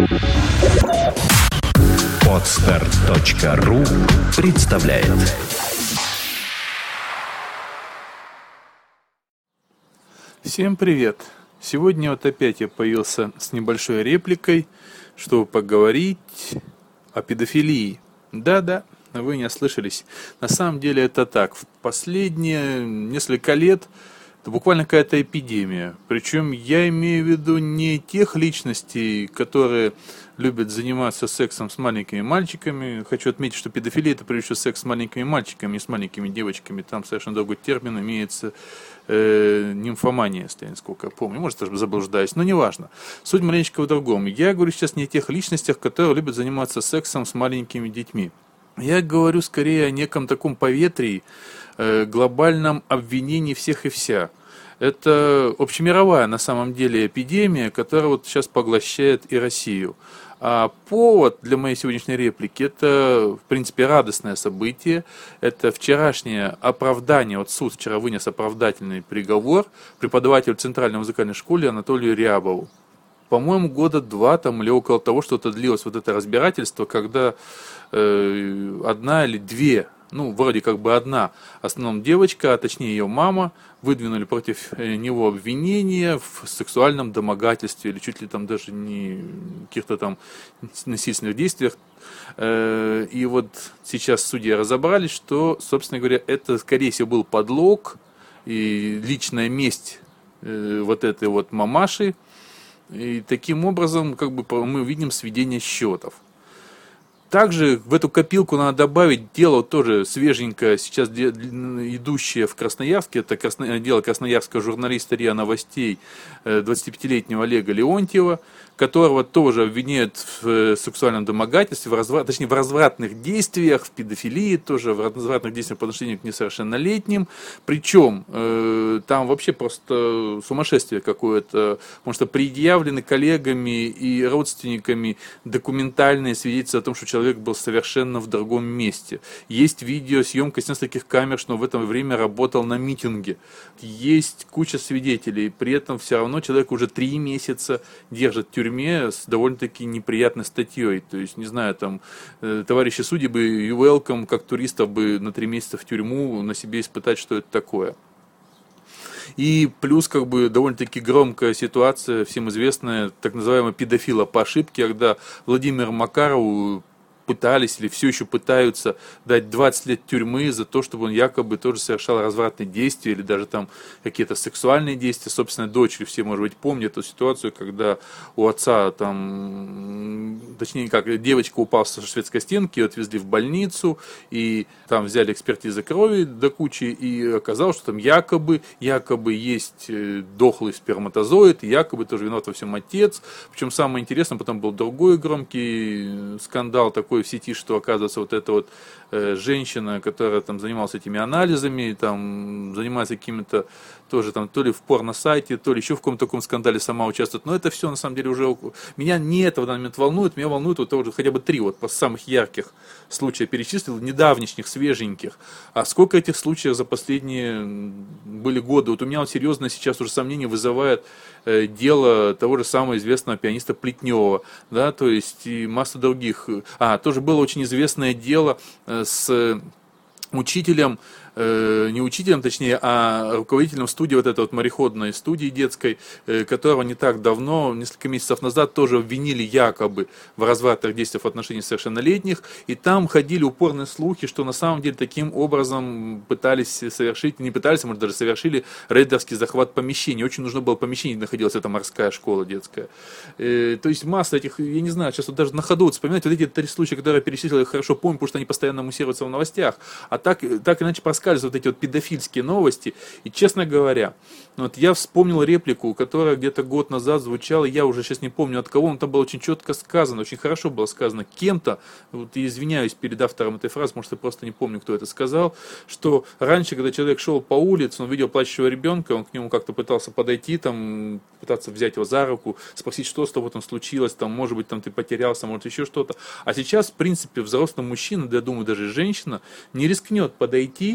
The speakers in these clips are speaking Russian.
Podster.ru представляет. Всем привет! Сегодня вот опять я появился с небольшой репликой, чтобы поговорить о педофилии. Да-да, вы не ослышались. На самом деле это так. В последние несколько лет это буквально какая-то эпидемия. Причем я имею в виду не тех личностей, которые любят заниматься сексом с маленькими мальчиками. Хочу отметить, что педофилия — это прежде всего секс с маленькими мальчиками, не с маленькими девочками. Там совершенно другой термин имеется, нимфомания, насколько я помню. Может, даже заблуждаюсь, но неважно. Суть маленечко в другом. Я говорю сейчас не о тех личностях, которые любят заниматься сексом с маленькими детьми. Я говорю скорее о неком таком поветрии, глобальном обвинении всех и вся. Это общемировая на самом деле эпидемия, которая вот сейчас поглощает и Россию. А повод для моей сегодняшней реплики — это, в принципе, радостное событие. Это вчерашнее оправдание, вот суд вчера вынес оправдательный приговор преподавателю Центральной музыкальной школы Анатолию Рябову. По-моему, года 2 там или около того что-то длилось вот это разбирательство, когда одна или две, вроде как бы одна, в основном девочка, а точнее ее мама, выдвинули против него обвинения в сексуальном домогательстве или чуть ли там даже не каких-то там насильственных действиях. И вот сейчас судьи разобрались, что, собственно говоря, это, скорее всего, был подлог и личная месть вот этой вот мамаши. И таким образом, как бы мы видим сведение счетов. Также в эту копилку надо добавить дело тоже свеженькое, сейчас идущее в Красноярске. Это дело красноярского журналиста РИА Новостей 25-летнего Олега Леонтьева, которого тоже обвиняют в сексуальном домогательстве, в развратных действиях, в педофилии, тоже в развратных действиях по отношению к несовершеннолетним. Причем там вообще просто сумасшествие какое-то, потому что предъявлены коллегами и родственниками документальные свидетельства о том, что человек был совершенно в другом месте. Есть видеосъемка с нескольких камер, что он в это время работал на митинге. Есть куча свидетелей, при этом все равно человек уже 3 месяца держит в тюрьме с довольно-таки неприятной статьей. То есть, не знаю, там, товарищи судьи бы и welcome, как туристов бы на 3 месяца в тюрьму на себе испытать, что это такое. И плюс, как бы, довольно-таки громкая ситуация, всем известная, так называемая педофила по ошибке, когда Владимиру Макарову пытались или все еще пытаются дать 20 лет тюрьмы за то, чтобы он якобы тоже совершал развратные действия или даже там какие-то сексуальные действия. Собственно, дочери все, может быть, помнят эту ситуацию, когда у отца там, точнее, как девочка упала со шведской стенки, ее отвезли в больницу, и там взяли экспертизы крови до кучи, и оказалось, что там якобы есть дохлый сперматозоид, и якобы тоже виноват во всем отец. Причем самое интересное, потом был другой громкий скандал такой в сети, что, оказывается, вот эта вот женщина, которая там занималась этими анализами, там занимается какими-то тоже там то ли в порно-сайте, то ли еще в каком-то таком скандале сама участвует. Но это все на самом деле уже... Меня не это в данный момент волнует, меня волнует вот уже хотя бы 3 вот по самых ярких случая перечислил, недавнешних, свеженьких. А сколько этих случаев за последние были годы? Вот у меня вот серьезно сейчас уже сомнение вызывает дело того же самого известного пианиста Плетнева, да, то есть и масса других. Тоже было очень известное дело с учителем, не учителем, точнее, а руководителем студии, вот этой вот мореходной студии детской, которого не так давно, несколько месяцев назад, тоже обвинили якобы в развратных действиях в отношении совершеннолетних, и там ходили упорные слухи, что на самом деле таким образом пытались совершить, не пытались, а может даже совершили рейдерский захват помещения. Очень нужно было помещение, находилась эта морская школа детская. То есть масса этих, я не знаю, сейчас вот даже на ходу вспоминать, вот эти 3 случая, которые я перечислил, я хорошо помню, потому что они постоянно муссируются в новостях, а так иначе проскальзывают вот эти вот педофильские новости. И, честно говоря, вот я вспомнил реплику, которая где-то год назад звучала, я уже сейчас не помню от кого, но там было очень четко сказано, очень хорошо было сказано кем-то, вот я извиняюсь перед автором этой фразы, потому что я просто не помню, кто это сказал, что раньше, когда человек шел по улице, он видел плачущего ребенка, он к нему как-то пытался подойти, там, пытаться взять его за руку, спросить, что с тобой там случилось, там, может быть, там ты потерялся, может, еще что-то. А сейчас, в принципе, взрослый мужчина, да, я думаю, даже женщина, не рискнет подойти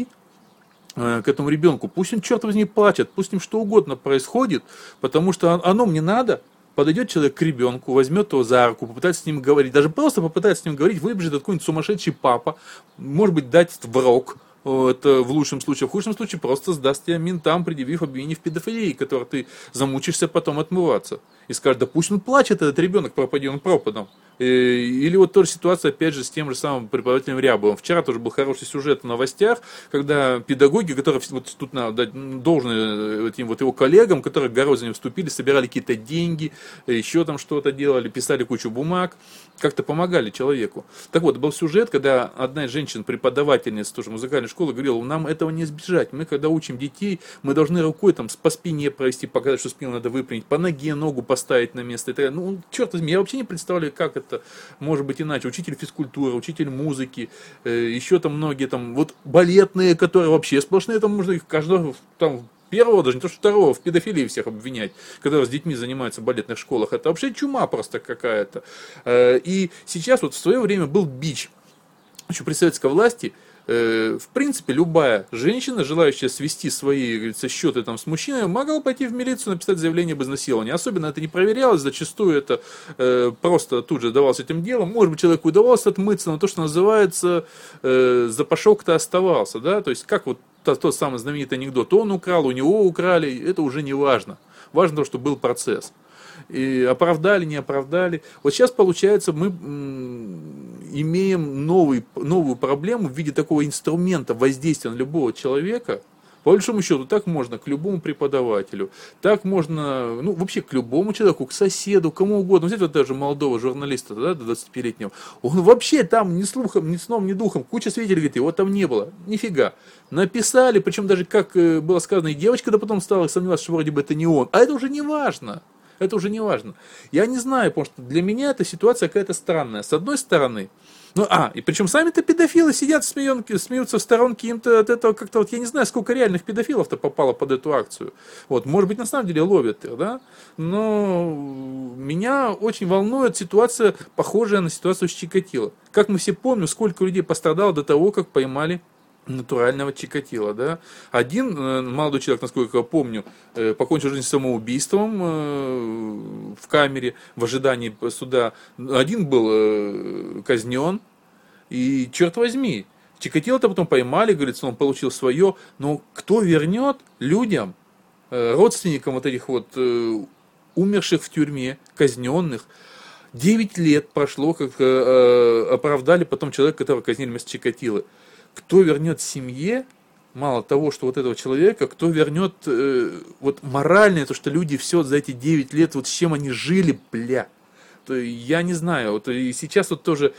к этому ребенку. Пусть он, черт возьми, плачет, пусть с ним что угодно происходит, потому что оно мне надо. подойдет человек к ребенку, возьмет его за руку, попытается с ним говорить, даже просто попытается с ним говорить, выбежит какой-нибудь сумасшедший папа, может быть, дать в рог. Это в лучшем случае. В худшем случае просто сдаст тебя ментам, предъявив обвинение в педофилии, которое ты замучишься потом отмываться. И скажешь, да пусть он плачет, этот ребенок, пропади он пропадом. Или вот тоже ситуация, опять же, с тем же самым преподавателем Рябовым. Вчера тоже был хороший сюжет в новостях, когда педагоги, которые, вот тут надо дать должное этим вот его коллегам, которые горой за ним вступили, собирали какие-то деньги, еще там что-то делали, писали кучу бумаг, как-то помогали человеку. Так вот, был сюжет, когда одна из женщин, преподавательница тоже музыкальной школы, говорила, нам этого не избежать. Мы, когда учим детей, мы должны рукой там по спине провести, показать, что спину надо выпрямить, по ноге ногу поставить на место. Это, ну, черт возьми, я вообще не представляю, как это может быть иначе. Учитель физкультуры, учитель музыки, еще там многие там, вот балетные, которые вообще сплошные, там можно их каждого там первого, даже не то что второго, в педофилии всех обвинять, которые с детьми занимаются в балетных школах. Это вообще чума просто какая-то. И сейчас вот в свое время был бич. Еще при советской власти, в принципе, любая женщина, желающая свести свои, говорится, счеты там, с мужчиной, могла пойти в милицию, написать заявление об изнасиловании. Особенно это не проверялось, зачастую это просто тут же давалось этим делом. Может быть, человеку удавалось отмыться, но то, что называется, запашок-то оставался. Да? То есть, как вот тот самый знаменитый анекдот, он украл, у него украли, это уже не важно. Важно то, что был процесс. И оправдали, не оправдали. Вот сейчас, получается, мы имеем новую проблему в виде такого инструмента воздействия на любого человека. По большому счету, так можно к любому преподавателю, так можно, ну, вообще к любому человеку, к соседу, кому угодно. Взять вот даже молодого журналиста, да, до 25-летнего, он вообще там ни слухом, ни сном, ни духом, куча свидетелей говорит, его там не было, нифига. Написали, причем даже, как было сказано, и девочка, да потом стала сомневаться, что вроде бы это не он. А это уже не важно. Это уже не важно. Я не знаю, потому что для меня эта ситуация какая-то странная. С одной стороны, и причем сами-то педофилы сидят, смеются в сторонке, им-то от этого как-то, вот я не знаю, сколько реальных педофилов-то попало под эту акцию. Вот, может быть, на самом деле ловят их, да? Но меня очень волнует ситуация, похожая на ситуацию с Чикатило. Как мы все помним, сколько людей пострадало до того, как поймали натурального Чикатило, да. Один молодой человек, насколько я помню, покончил жизнь самоубийством в камере в ожидании суда. Один был казнен. И черт возьми, Чикатило-то потом поймали, говорится, он получил свое. Но кто вернет людям, родственникам вот этих вот умерших в тюрьме, казненных? 9 лет прошло, как оправдали потом человека, которого казнили вместо Чикатило. Кто вернет семье, мало того, что вот этого человека, кто вернет вот моральное, то, что люди все за эти 9 лет, вот с чем они жили, то я не знаю, вот и сейчас вот тоже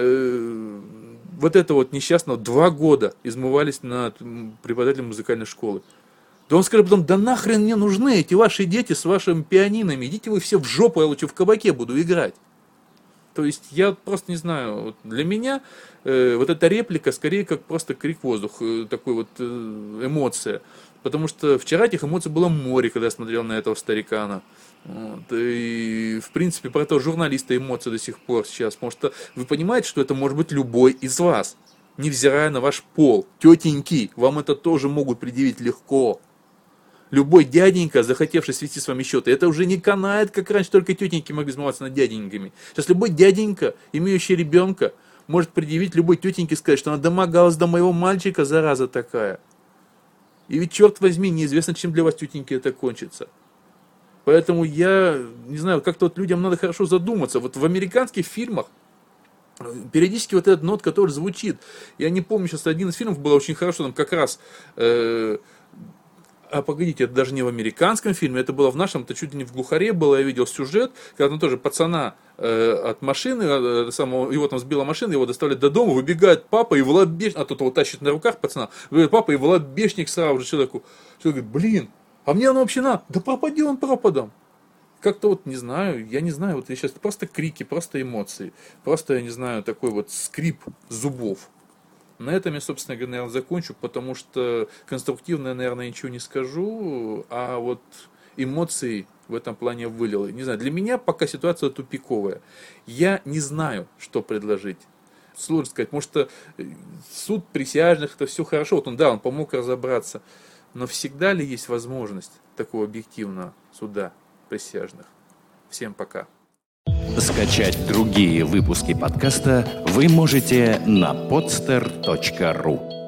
вот это вот несчастного 2 года измывались над преподавателем музыкальной школы. Да он скажет потом, да нахрен мне нужны эти ваши дети с вашими пианинами, идите вы все в жопу, я лучше в кабаке буду играть. То есть я просто не знаю, вот для меня вот эта реплика скорее как просто крик в воздух, такой вот эмоция. Потому что вчера этих эмоций было море, когда я смотрел на этого старикана. Вот. И в принципе про этого журналиста эмоции до сих пор сейчас. Потому что вы понимаете, что это может быть любой из вас, невзирая на ваш пол. Тетеньки, вам это тоже могут предъявить легко. Любой дяденька, захотевший свести с вами счеты, это уже не канает, как раньше только тетеньки могли измываться над дяденьками. Сейчас любой дяденька, имеющий ребенка, может предъявить любой тетеньке и сказать, что она домогалась до моего мальчика, зараза такая. И ведь, черт возьми, неизвестно, чем для вас, тетеньки, это кончится. Поэтому я не знаю, как-то вот людям надо хорошо задуматься. Вот в американских фильмах периодически вот этот нот, который звучит. Я не помню, сейчас один из фильмов был очень хорошо, там как раз... погодите, это даже не в американском фильме, это было в нашем, это чуть ли не в Глухаре было, я видел сюжет, когда там тоже пацана от машины, его там сбила машина, его доставляют до дома, выбегает папа и влабешник, а тот его тащит на руках пацана, выбегает папа и влабешник сразу же человеку. Человек говорит, блин, а мне оно вообще надо, да пропади он пропадом. Как-то вот, не знаю, я не знаю, вот я сейчас просто крики, просто эмоции, просто, я не знаю, такой вот скрип зубов. На этом я, собственно говоря, наверное, закончу, потому что конструктивно я, наверное, ничего не скажу, а вот эмоции в этом плане вылило. Не знаю, для меня пока ситуация тупиковая. Я не знаю, что предложить. Сложно сказать, может, суд присяжных, это все хорошо, вот он помог разобраться, но всегда ли есть возможность такого объективного суда присяжных? Всем пока. Скачать другие выпуски подкаста вы можете на podster.ru.